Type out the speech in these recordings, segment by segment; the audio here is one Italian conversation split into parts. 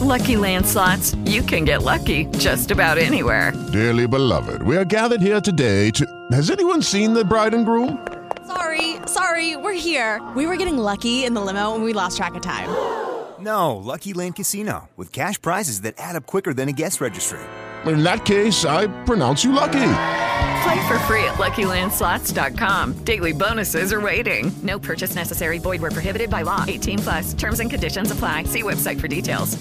Lucky Land Slots, you can get lucky just about anywhere. Dearly beloved, we are gathered here today to... Has anyone seen the bride and groom? Sorry, we're here. We were getting lucky in the limo and we lost track of time. No, Lucky Land Casino, with cash prizes that add up quicker than a guest registry. In that case, I pronounce you lucky. Play for free at LuckyLandSlots.com. Daily bonuses are waiting. No purchase necessary. Void where prohibited by law. 18+. Terms and conditions apply. See website for details.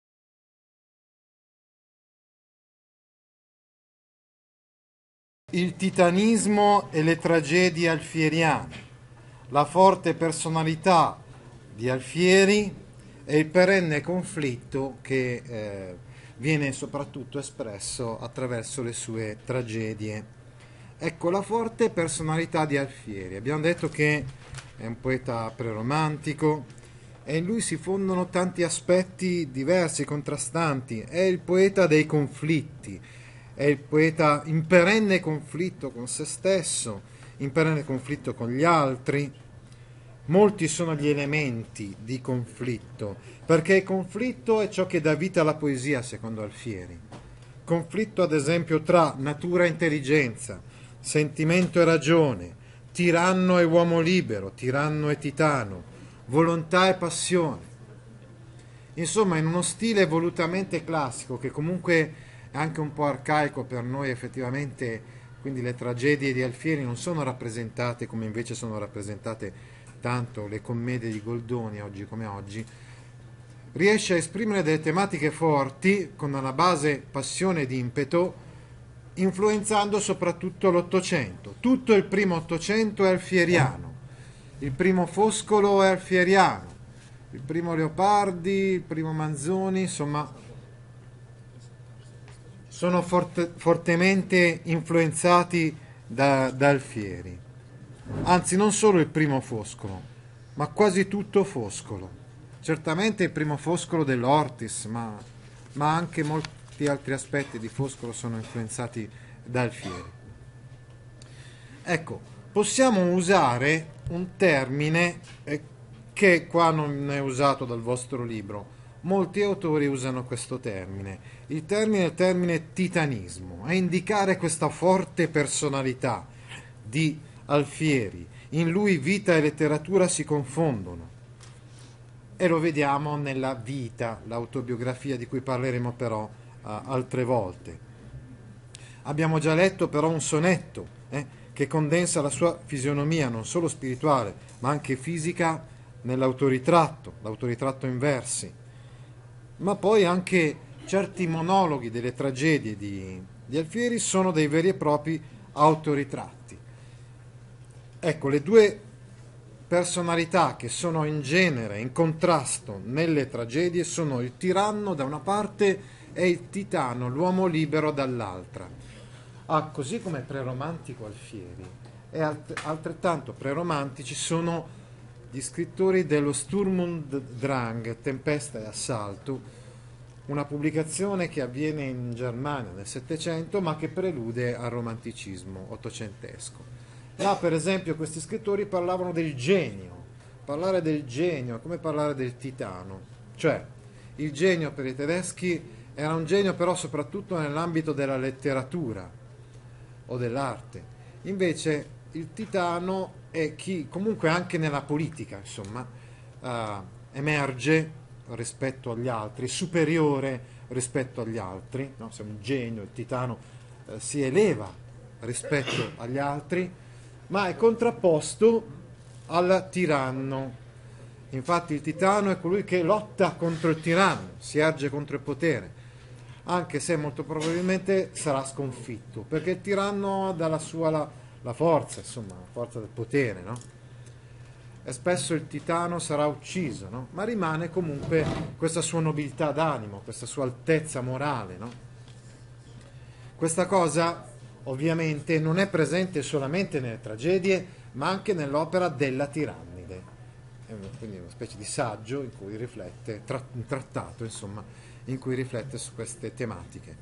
Il titanismo e le tragedie alfieriane, la forte personalità di Alfieri e il perenne conflitto che viene soprattutto espresso attraverso le sue tragedie. Ecco, la forte personalità di Alfieri. Abbiamo detto che è un poeta preromantico e in lui si fondono tanti aspetti diversi, contrastanti. È il poeta dei conflitti, è il poeta in perenne conflitto con se stesso, in perenne conflitto con gli altri. Molti sono gli elementi di conflitto, perché il conflitto è ciò che dà vita alla poesia, secondo Alfieri. Conflitto, ad esempio, tra natura e intelligenza, sentimento e ragione, tiranno e uomo libero, tiranno e titano, volontà e passione. Insomma, in uno stile volutamente classico, che comunque è anche un po' arcaico per noi effettivamente, quindi le tragedie di Alfieri non sono rappresentate come invece sono rappresentate tanto le commedie di Goldoni oggi come oggi, riesce a esprimere delle tematiche forti con una base passione ed impeto, influenzando soprattutto l'Ottocento. Tutto il primo Ottocento è alfieriano, il primo Foscolo è alfieriano, il primo Leopardi, il primo Manzoni, insomma sono fortemente influenzati da Alfieri. Anzi, non solo il primo Foscolo, ma quasi tutto Foscolo. Certamente il primo Foscolo dell'Ortis, ma anche molti altri aspetti di Foscolo sono influenzati da Alfieri. Ecco, possiamo usare un termine che qua non è usato dal vostro libro. Molti autori usano questo termine. Il termine è il termine titanismo, a indicare questa forte personalità di Alfieri. In lui vita e letteratura si confondono e lo vediamo nella Vita, l'autobiografia di cui parleremo però altre volte. Abbiamo già letto però un sonetto che condensa la sua fisionomia non solo spirituale ma anche fisica nell'autoritratto, l'autoritratto in versi, ma poi anche certi monologhi delle tragedie di Alfieri sono dei veri e propri autoritratti. Ecco, le due personalità che sono in genere, in contrasto nelle tragedie, sono il tiranno da una parte e il titano, l'uomo libero dall'altra. Così come preromantico Alfieri, e altrettanto preromantici sono gli scrittori dello Sturm und Drang, Tempesta e Assalto, una pubblicazione che avviene in Germania nel Settecento, ma che prelude al romanticismo ottocentesco. Là, per esempio, questi scrittori parlavano del genio. Parlare del genio è come parlare del titano. Cioè, il genio per i tedeschi era un genio però soprattutto nell'ambito della letteratura o dell'arte. Invece il titano è chi, comunque anche nella politica, insomma, emerge rispetto agli altri, superiore rispetto agli altri. No? Se un genio, il titano, si eleva rispetto agli altri, ma è contrapposto al tiranno. Infatti il titano è colui che lotta contro il tiranno, si erge contro il potere, anche se molto probabilmente sarà sconfitto, perché il tiranno dà la sua la forza, insomma, la forza del potere, no? E spesso il titano sarà ucciso, no? Ma rimane comunque questa sua nobiltà d'animo, questa sua altezza morale, no? Questa cosa ovviamente non è presente solamente nelle tragedie, ma anche nell'opera della Tirannide. Quindi una specie di saggio in cui riflette, un trattato, insomma, in cui riflette su queste tematiche.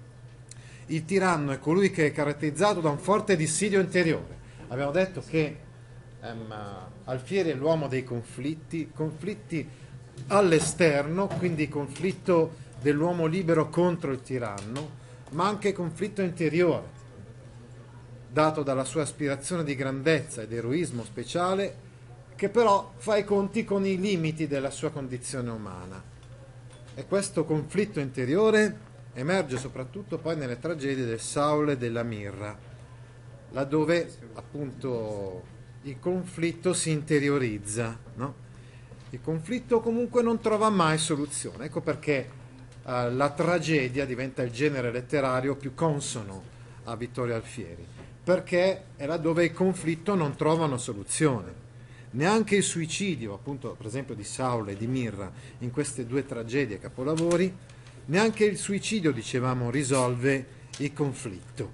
Il tiranno è colui che è caratterizzato da un forte dissidio interiore. Abbiamo detto che Alfieri è l'uomo dei conflitti all'esterno, quindi conflitto dell'uomo libero contro il tiranno, ma anche conflitto interiore, dato dalla sua aspirazione di grandezza ed eroismo speciale, che però fa i conti con i limiti della sua condizione umana. E questo conflitto interiore emerge soprattutto poi nelle tragedie del Saul e della Mirra, laddove appunto il conflitto si interiorizza, no? Il conflitto comunque non trova mai soluzione. Ecco perché la tragedia diventa il genere letterario più consono a Vittorio Alfieri, perché è laddove il conflitto non trovano soluzione. Neanche il suicidio, appunto, per esempio di Saul e di Mirra, in queste due tragedie capolavori, neanche il suicidio, dicevamo, risolve il conflitto.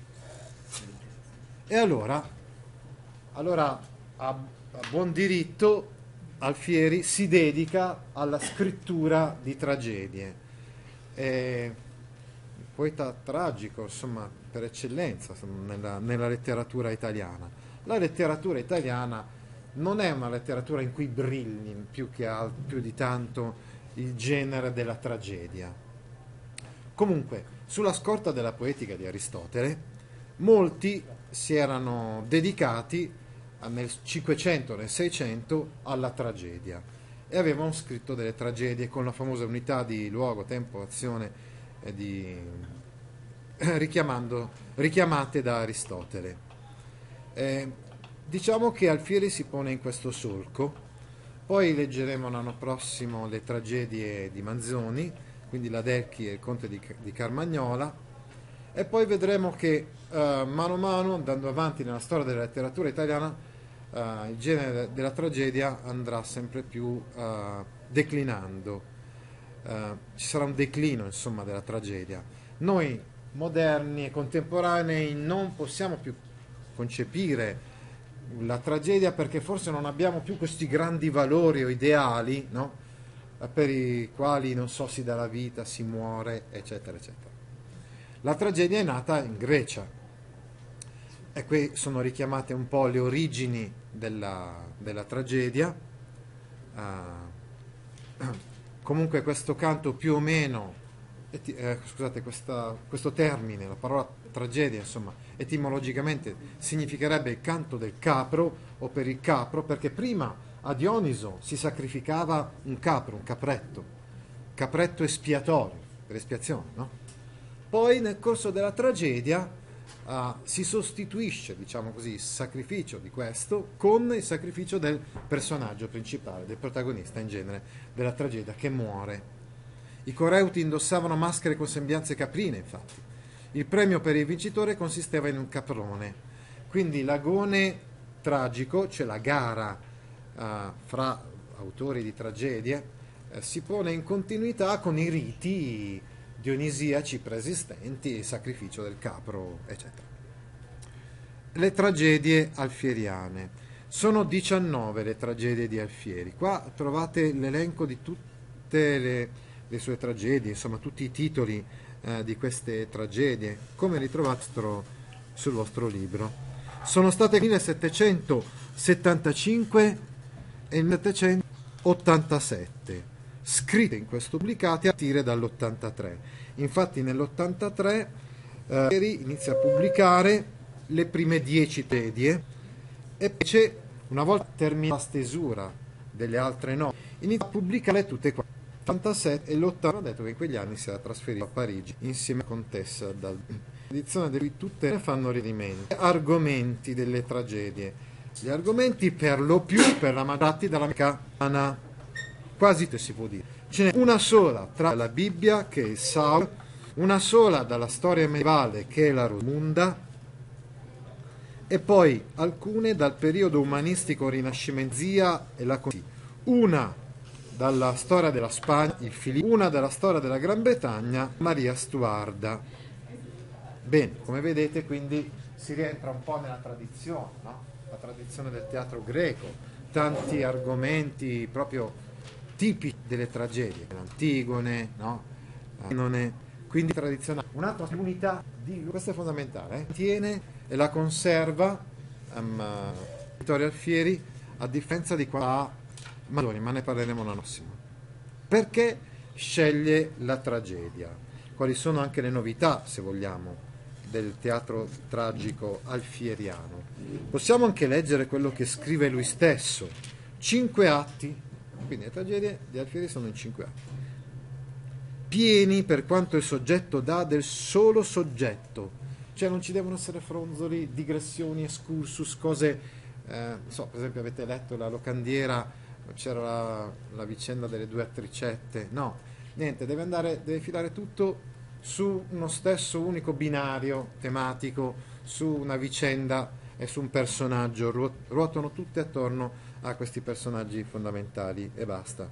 E allora a buon diritto Alfieri si dedica alla scrittura di tragedie. È un poeta tragico, insomma, per eccellenza nella letteratura italiana. La letteratura italiana non è una letteratura in cui brilli più di tanto il genere della tragedia. Comunque, sulla scorta della poetica di Aristotele, molti si erano dedicati nel 500 nel 600 alla tragedia e avevano scritto delle tragedie con la famosa unità di luogo, tempo, azione richiamate da Aristotele. Diciamo che Alfieri si pone in questo solco. Poi leggeremo l'anno prossimo le tragedie di Manzoni, quindi l'Adelchi e il Conte di Carmagnola, e poi vedremo che mano a mano, andando avanti nella storia della letteratura italiana, il genere della tragedia andrà sempre più declinando. Ci sarà un declino, insomma, della tragedia. Noi moderni e contemporanei non possiamo più concepire la tragedia perché forse non abbiamo più questi grandi valori o ideali, no? Per i quali, non so, si dà la vita, si muore, eccetera, eccetera. La tragedia è nata in Grecia e qui sono richiamate un po' le origini della tragedia. Comunque questo canto più o meno, scusate, questo termine, la parola tragedia, insomma, etimologicamente significherebbe il canto del capro o per il capro, perché prima a Dioniso si sacrificava un capro, un capretto espiatorio, per espiazione, no? Poi nel corso della tragedia si sostituisce, diciamo così, il sacrificio di questo con il sacrificio del personaggio principale, del protagonista in genere della tragedia, che muore. I coreuti indossavano maschere con sembianze caprine, infatti. Il premio per il vincitore consisteva in un caprone. Quindi l'agone tragico, cioè la gara fra autori di tragedie, si pone in continuità con i riti dionisiaci preesistenti, il sacrificio del capro, eccetera. Le tragedie alfieriane. Sono 19 le tragedie di Alfieri. Qua trovate l'elenco di tutte le sue tragedie, insomma tutti i titoli di queste tragedie, come li trovate sul vostro libro. Sono state 1775 e 1787, scritte in questo pubblicate a partire dall'83. Infatti nell'83 inizia a pubblicare le prime 10 tragedie e invece, una volta terminata la stesura delle altre 9, inizia a pubblicarle tutte qua. L'87 e l'80 hanno detto che in quegli anni si era trasferito a Parigi insieme a Contessa edizione di cui tutte ne fanno riferimento. Argomenti delle tragedie. Gli argomenti per lo più per la maggior dalla Ana, quasi si può dire. Ce n'è una sola tra la Bibbia, che è il Saul, una sola dalla storia medievale, che è la Rosmunda, e poi alcune dal periodo umanistico rinascimentale e la Consiglia. Una dalla storia della Spagna, il Filippo, una dalla storia della Gran Bretagna, Maria Stuarda. Bene, come vedete quindi si rientra un po' nella tradizione, no? La tradizione del teatro greco, tanti argomenti proprio tipici delle tragedie, l'Antigone, no? Quindi tradizionale. Un'altra unità, questa è fondamentale, tiene e la conserva Vittorio Alfieri, a differenza di qua Manzoni, ma ne parleremo l'anno prossimo. Perché sceglie la tragedia? Quali sono anche le novità, se vogliamo, del teatro tragico alfieriano? Possiamo anche leggere quello che scrive lui stesso. 5 atti, quindi le tragedie di Alfieri sono in 5 atti, pieni, per quanto il soggetto dà, del solo soggetto. Cioè non ci devono essere fronzoli, digressioni, excursus, cose, per esempio avete letto La Locandiera, c'era la vicenda delle 2 attricette, no, niente, deve filare tutto su uno stesso unico binario tematico, su una vicenda e su un personaggio, ruotano tutte attorno a questi personaggi fondamentali e basta.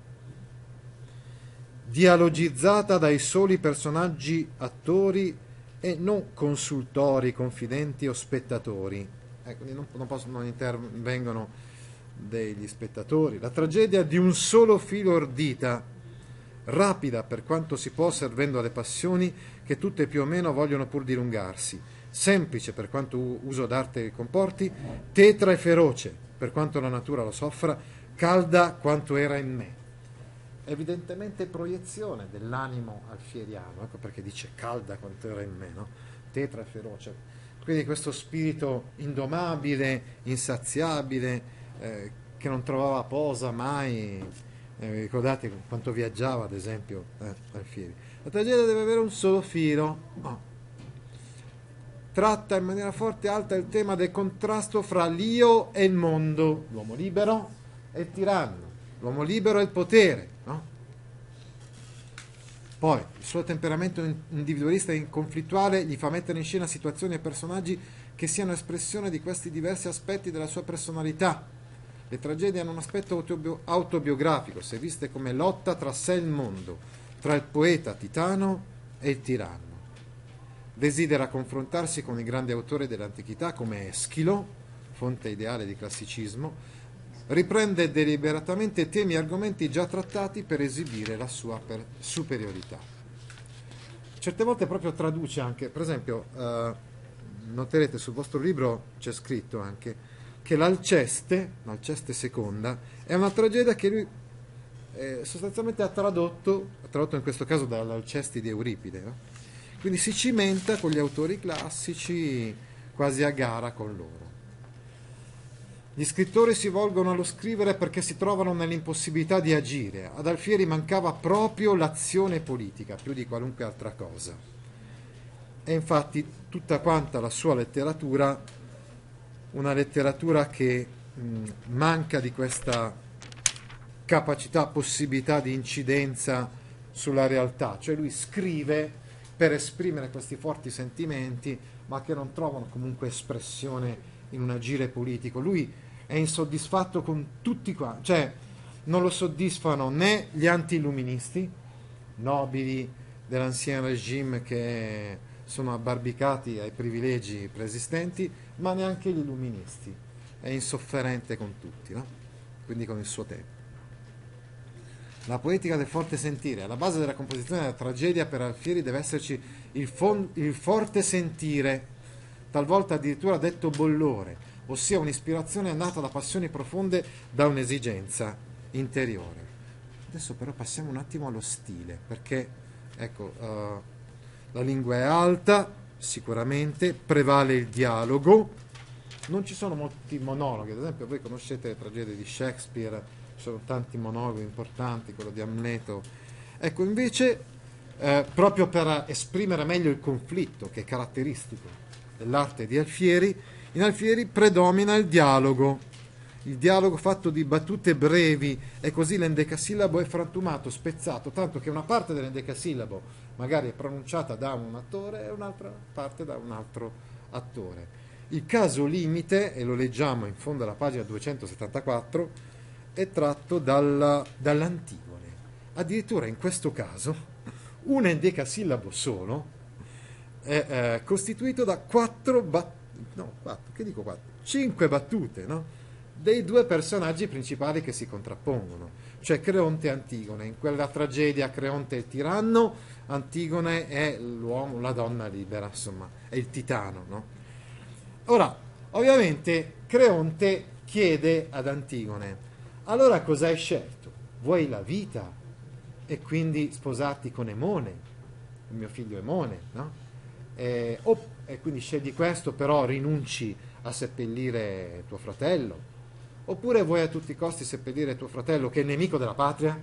Dialogizzata dai soli personaggi attori e non consultori, confidenti o spettatori. Quindi non intervengono degli spettatori. La tragedia di un solo filo ordita, rapida per quanto si può, servendo alle passioni che tutte più o meno vogliono pur dilungarsi, semplice per quanto uso d'arte comporti, tetra e feroce per quanto la natura lo soffra, calda quanto era in me. Evidentemente proiezione dell'animo alfieriano, ecco perché dice calda quanto era in me, no? Tetra e feroce. Quindi questo spirito indomabile, insaziabile, che non trovava posa mai. Ricordate quanto viaggiava, ad esempio, Alfieri. La tragedia deve avere un solo filo. Tratta in maniera forte e alta il tema del contrasto fra l'io e il mondo, l'uomo libero e il tiranno, l'uomo libero e il potere, no? Poi il suo temperamento individualista e conflittuale gli fa mettere in scena situazioni e personaggi che siano espressione di questi diversi aspetti della sua personalità. Le tragedie hanno un aspetto autobiografico, se viste come lotta tra sé e il mondo, tra il poeta titano e il tiranno. Desidera confrontarsi con i grandi autori dell'antichità come Eschilo, fonte ideale di classicismo, riprende deliberatamente temi e argomenti già trattati per esibire la sua superiorità. Certe volte proprio traduce anche, per esempio, noterete sul vostro libro c'è scritto anche che l'Alceste seconda, è una tragedia che lui sostanzialmente ha tradotto in questo caso dall'Alcesti di Euripide, no? Quindi si cimenta con gli autori classici quasi a gara con loro. Gli scrittori si volgono allo scrivere perché si trovano nell'impossibilità di agire. Ad Alfieri mancava proprio l'azione politica, più di qualunque altra cosa. E infatti tutta quanta la sua letteratura, una letteratura che manca di questa capacità, possibilità di incidenza sulla realtà. Cioè lui scrive per esprimere questi forti sentimenti, ma che non trovano comunque espressione in un agire politico. Lui è insoddisfatto con tutti quanti, cioè non lo soddisfano né gli anti-illuministi, nobili dell'ancien regime che sono abbarbicati ai privilegi preesistenti, ma neanche gli illuministi. È insofferente con tutti, no? Quindi con il suo tempo. La poetica del forte sentire. Alla base della composizione della tragedia per Alfieri deve esserci il forte sentire, talvolta addirittura detto bollore, ossia un'ispirazione nata da passioni profonde, da un'esigenza interiore. Adesso però passiamo un attimo allo stile, perché ecco, la lingua è alta, sicuramente, prevale il dialogo, non ci sono molti monologhi, ad esempio voi conoscete le tragedie di Shakespeare, ci sono tanti monologhi importanti, quello di Amleto. Ecco, invece, proprio per esprimere meglio il conflitto, che è caratteristico dell'arte di Alfieri, in Alfieri predomina il dialogo fatto di battute brevi, e così l'endecasillabo è frantumato, spezzato, tanto che una parte dell'endecasillabo magari è pronunciata da un attore e un'altra parte da un altro attore. Il caso limite, e lo leggiamo in fondo alla pagina 274, è tratto dall'Antigone. Addirittura in questo caso un endecasillabo solo è costituito da 5 battute, no? Dei 2 personaggi principali che si contrappongono, cioè Creonte e Antigone. In quella tragedia Creonte è il tiranno, Antigone è l'uomo, la donna libera, insomma, è il titano, no? Ora, ovviamente Creonte chiede ad Antigone: allora cosa hai scelto? Vuoi la vita e quindi sposarti con Emone, il mio figlio Emone, no? E quindi scegli questo, però rinunci a seppellire tuo fratello, oppure vuoi a tutti i costi seppellire tuo fratello che è nemico della patria,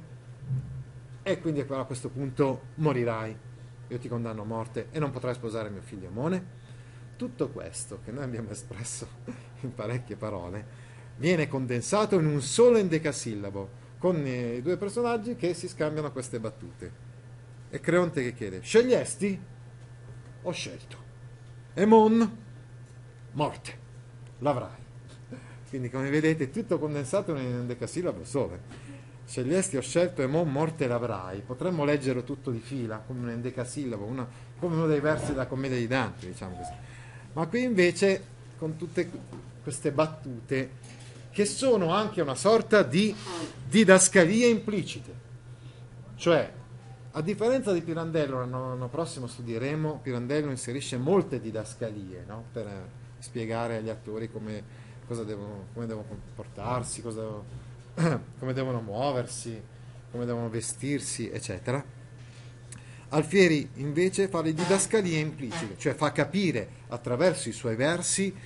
e quindi a questo punto morirai, io ti condanno a morte e non potrai sposare mio figlio Emone. Tutto questo che noi abbiamo espresso in parecchie parole viene condensato in un solo endecasillabo, con i due personaggi che si scambiano queste battute. E Creonte che chiede: scegliesti? Ho scelto. Emon, morte, l'avrai. Quindi come vedete tutto condensato in un endecasillabo solo. Scegliesti, ho scelto, Emon, morte, l'avrai. Potremmo leggerlo tutto di fila come un endecasillabo, come uno dei versi della commedia di Dante, diciamo così. Ma qui invece con tutte queste battute che sono anche una sorta di didascalie implicite, cioè a differenza di Pirandello, l'anno prossimo studieremo, Pirandello inserisce molte didascalie, no? Per spiegare agli attori come devono comportarsi, come devono muoversi, come devono vestirsi, eccetera. Alfieri invece fa le didascalie implicite, cioè fa capire attraverso i suoi versi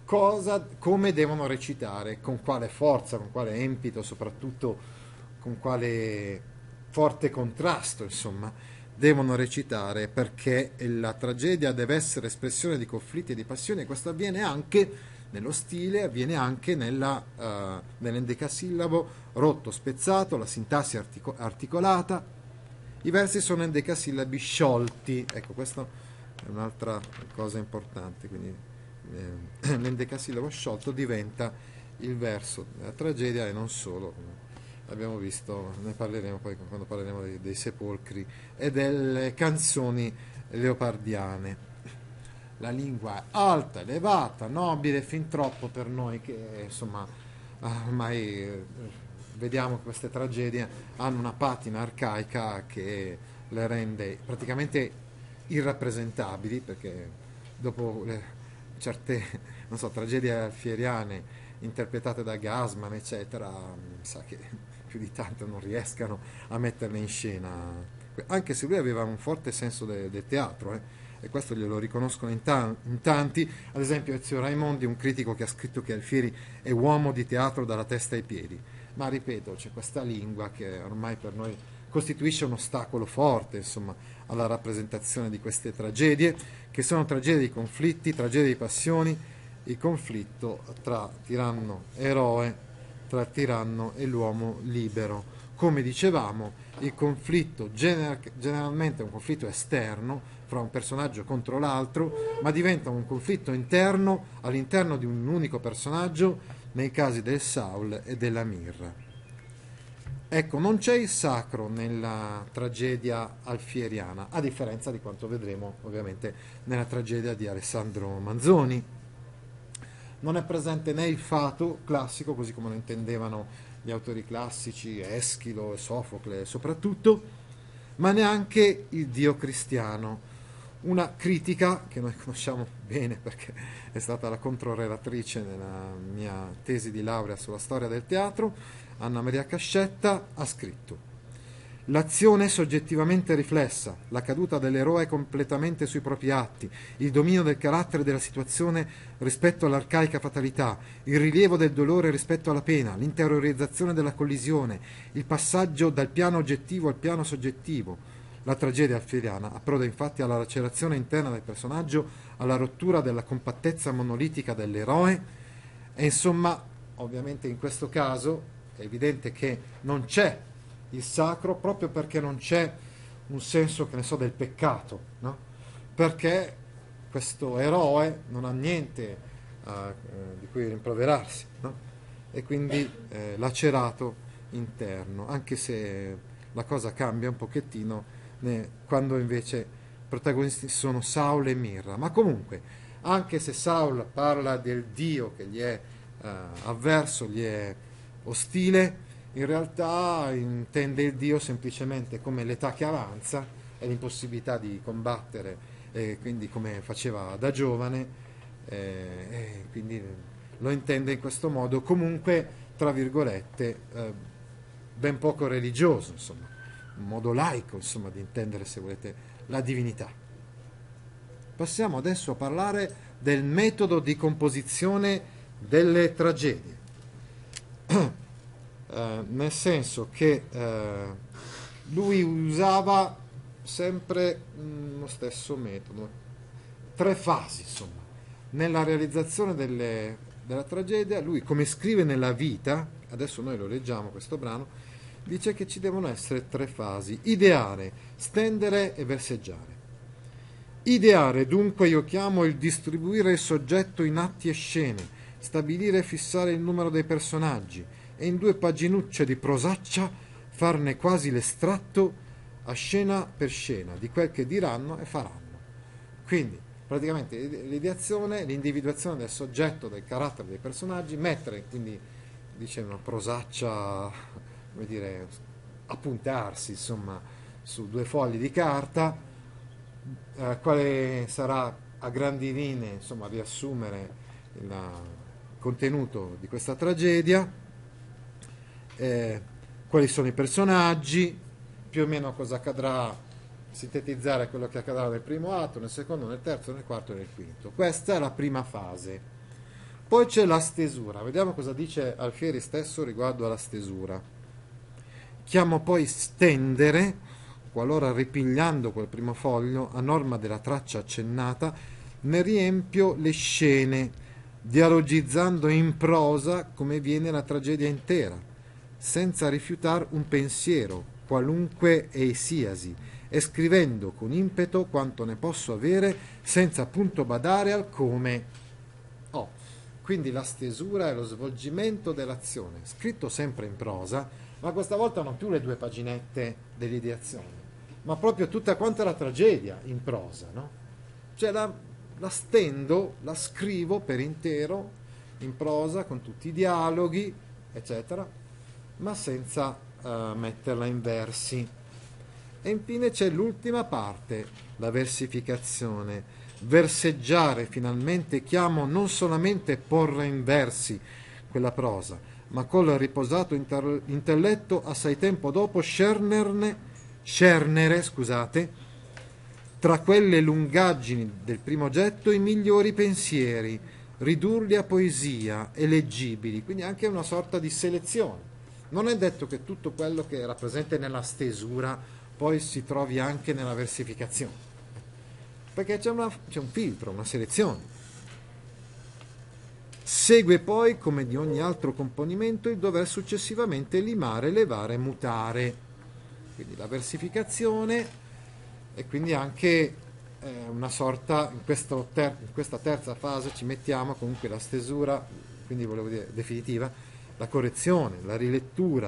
come devono recitare, con quale forza, con quale empito, soprattutto con quale forte contrasto, insomma, devono recitare, perché la tragedia deve essere espressione di conflitti e di passioni, e questo avviene anche nello stile, avviene anche nell'endecasillabo rotto, spezzato, la sintassi articolata. I versi sono endecasillabi sciolti, ecco, questa è un'altra cosa importante, quindi l'endecasillabo sciolto diventa il verso della tragedia, e non solo, come abbiamo visto, ne parleremo poi quando parleremo dei sepolcri e delle canzoni leopardiane. La lingua è alta, elevata, nobile, fin troppo per noi che insomma ormai vediamo che queste tragedie hanno una patina arcaica che le rende praticamente irrappresentabili, perché dopo certe, non so, tragedie alfieriane interpretate da Gassman, eccetera, sa che più di tanto non riescano a metterle in scena, anche se lui aveva un forte senso del teatro, e questo glielo riconoscono in tanti, ad esempio Ezio Raimondi, un critico che ha scritto che Alfieri è uomo di teatro dalla testa ai piedi, ma ripeto, c'è questa lingua che ormai per noi costituisce un ostacolo forte, insomma, alla rappresentazione di queste tragedie, che sono tragedie di conflitti, tragedie di passioni, il conflitto tra tiranno e eroe, tra il tiranno e l'uomo libero. Come dicevamo, il conflitto generalmente è un conflitto esterno fra un personaggio contro l'altro, ma diventa un conflitto interno all'interno di un unico personaggio, nei casi del Saul e della Mirra. Ecco, non c'è il sacro nella tragedia alfieriana, a differenza di quanto vedremo ovviamente nella tragedia di Alessandro Manzoni. Non è presente né il fato classico, così come lo intendevano gli autori classici, Eschilo e Sofocle soprattutto, ma neanche il Dio cristiano. Una critica che noi conosciamo bene perché è stata la controrelatrice nella mia tesi di laurea sulla storia del teatro, Anna Maria Cascetta, ha scritto: l'azione soggettivamente riflessa, la caduta dell'eroe completamente sui propri atti, il dominio del carattere della situazione rispetto all'arcaica fatalità, il rilievo del dolore rispetto alla pena, l'interiorizzazione della collisione, il passaggio dal piano oggettivo al piano soggettivo. La tragedia alfieriana approda infatti alla lacerazione interna del personaggio, alla rottura della compattezza monolitica dell'eroe, e insomma, ovviamente in questo caso è evidente che non c'è il sacro, proprio perché non c'è un senso, che ne so, del peccato, no? Perché questo eroe non ha niente di cui rimproverarsi, no? E quindi lacerato interno, anche se la cosa cambia un pochettino quando invece i protagonisti sono Saul e Mirra. Ma comunque, anche se Saul parla del Dio che gli è avverso, gli è ostile, in realtà intende il Dio semplicemente come l'età che avanza e l'impossibilità di combattere, quindi come faceva da giovane, e quindi lo intende in questo modo, comunque tra virgolette ben poco religioso, insomma, un modo laico, insomma, di intendere, se volete, la divinità. Passiamo adesso a parlare del metodo di composizione delle tragedie, nel senso che lui usava sempre lo stesso metodo, 3 fasi, insomma, nella realizzazione della tragedia. Lui, come scrive nella Vita, adesso noi lo leggiamo questo brano, dice che ci devono essere 3 fasi: ideare, stendere e verseggiare. Ideare, dunque, io chiamo il distribuire il soggetto in atti e scene, stabilire e fissare il numero dei personaggi e in 2 paginucce di prosaccia farne quasi l'estratto a scena per scena di quel che diranno e faranno. Quindi praticamente l'ideazione, l'individuazione del soggetto, del carattere dei personaggi, mettere, quindi dice una prosaccia, come dire, appuntarsi, insomma, su 2 fogli di carta, quale sarà a grandi linee, insomma, riassumere il contenuto di questa tragedia, quali sono i personaggi, più o meno cosa accadrà, sintetizzare quello che accadrà nel primo atto, nel secondo, nel terzo, nel quarto e nel quinto. Questa è la prima fase. Poi c'è la stesura. Vediamo cosa dice Alfieri stesso riguardo alla stesura. Chiamo poi stendere, qualora ripigliando quel primo foglio, a norma della traccia accennata, ne riempio le scene, dialogizzando in prosa come viene la tragedia intera, senza rifiutar un pensiero, qualunque ei siasi, e scrivendo con impeto quanto ne posso avere, senza appunto badare al come. Quindi la stesura è lo svolgimento dell'azione, scritto sempre in prosa, ma questa volta non più le 2 paginette dell'ideazione, ma proprio tutta quanta la tragedia in prosa, no? Cioè la stendo, la scrivo per intero in prosa, con tutti i dialoghi, eccetera, ma senza metterla in versi. E infine c'è l'ultima parte, la versificazione. Verseggiare, finalmente chiamo, non solamente porre in versi quella prosa, ma col riposato intelletto assai tempo dopo scernere, tra quelle lungaggini del primo getto i migliori pensieri, ridurli a poesia e leggibili, quindi anche una sorta di selezione. Non è detto che tutto quello che era presente nella stesura poi si trovi anche nella versificazione, perché c'è un filtro, una selezione. Segue poi, come di ogni altro componimento, il dover successivamente limare, levare, mutare. Quindi la versificazione e quindi anche una sorta, in questa terza fase ci mettiamo comunque la stesura, quindi volevo dire definitiva, la correzione, la rilettura,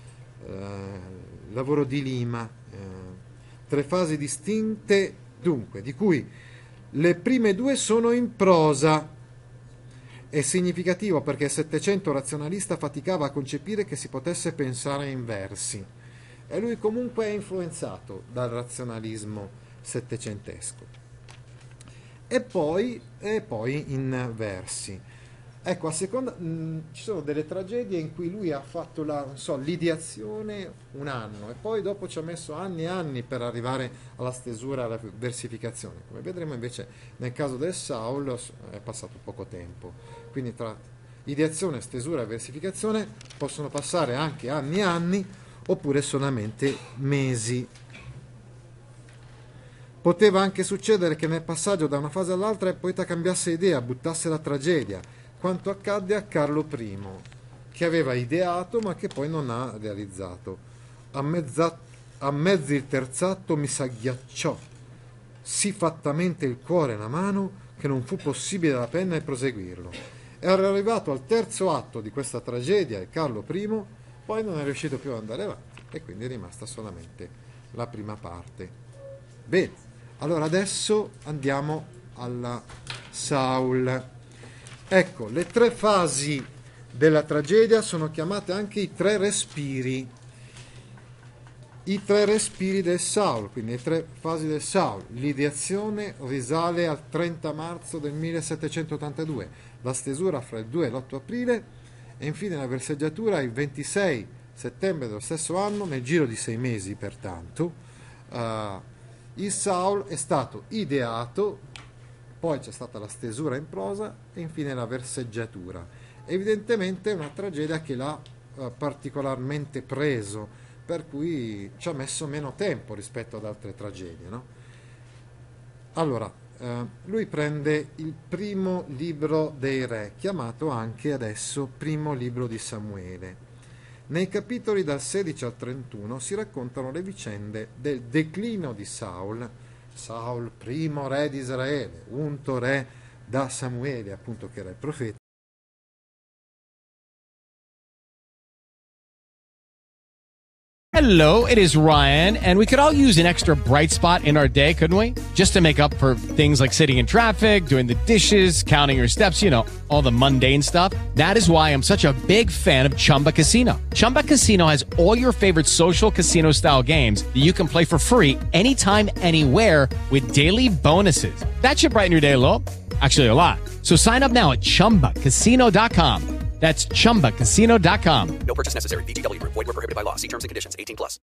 il lavoro di lima, 3 fasi distinte dunque, di cui le prime 2 sono in prosa. È significativo perché il Settecento razionalista faticava a concepire che si potesse pensare in versi, e lui comunque è influenzato dal razionalismo settecentesco. E poi in versi. Ecco, a seconda ci sono delle tragedie in cui lui ha fatto l'ideazione 1 anno e poi dopo ci ha messo anni e anni per arrivare alla stesura, alla versificazione. Come vedremo invece nel caso del Saul è passato poco tempo. Quindi tra ideazione, stesura e versificazione possono passare anche anni e anni oppure solamente mesi. Poteva anche succedere che nel passaggio da una fase all'altra il poeta cambiasse idea, buttasse la tragedia, quanto accadde a Carlo I, che aveva ideato ma che poi non ha realizzato. A mezzo il terzatto mi s'agghiacciò, sì fattamente il cuore e la mano, che non fu possibile la penna e proseguirlo. Era arrivato al terzo atto di questa tragedia, il Carlo I, poi non è riuscito più ad andare avanti e quindi è rimasta solamente la prima parte. Bene, allora adesso andiamo alla Saul. Ecco, le 3 fasi della tragedia sono chiamate anche i 3 respiri. I 3 respiri del Saul, quindi le 3 fasi del Saul. L'ideazione risale al 30 marzo del 1782, la stesura fra il 2 e l'8 aprile e infine la verseggiatura il 26 settembre dello stesso anno, nel giro di 6 mesi pertanto, il Saul è stato ideato, poi c'è stata la stesura in prosa e infine la verseggiatura. Evidentemente è una tragedia che l'ha particolarmente preso, per cui ci ha messo meno tempo rispetto ad altre tragedie, no? Allora, lui prende il primo libro dei re, chiamato anche adesso primo libro di Samuele. Nei capitoli dal 16 al 31 si raccontano le vicende del declino di Saul, primo re di Israele, unto re da Samuele, appunto, che era il profeta. Hello, it is Ryan, and we could all use an extra bright spot in our day, couldn't we? Just to make up for things like sitting in traffic, doing the dishes, counting your steps, you know, all the mundane stuff. That is why I'm such a big fan of Chumba Casino. Chumba Casino has all your favorite social casino-style games that you can play for free anytime, anywhere with daily bonuses. That should brighten your day a little. Actually, a lot. So sign up now at ChumbaCasino.com. That's ChumbaCasino.com. No purchase necessary. VGW Group. Void where prohibited by law. See terms and conditions. 18+.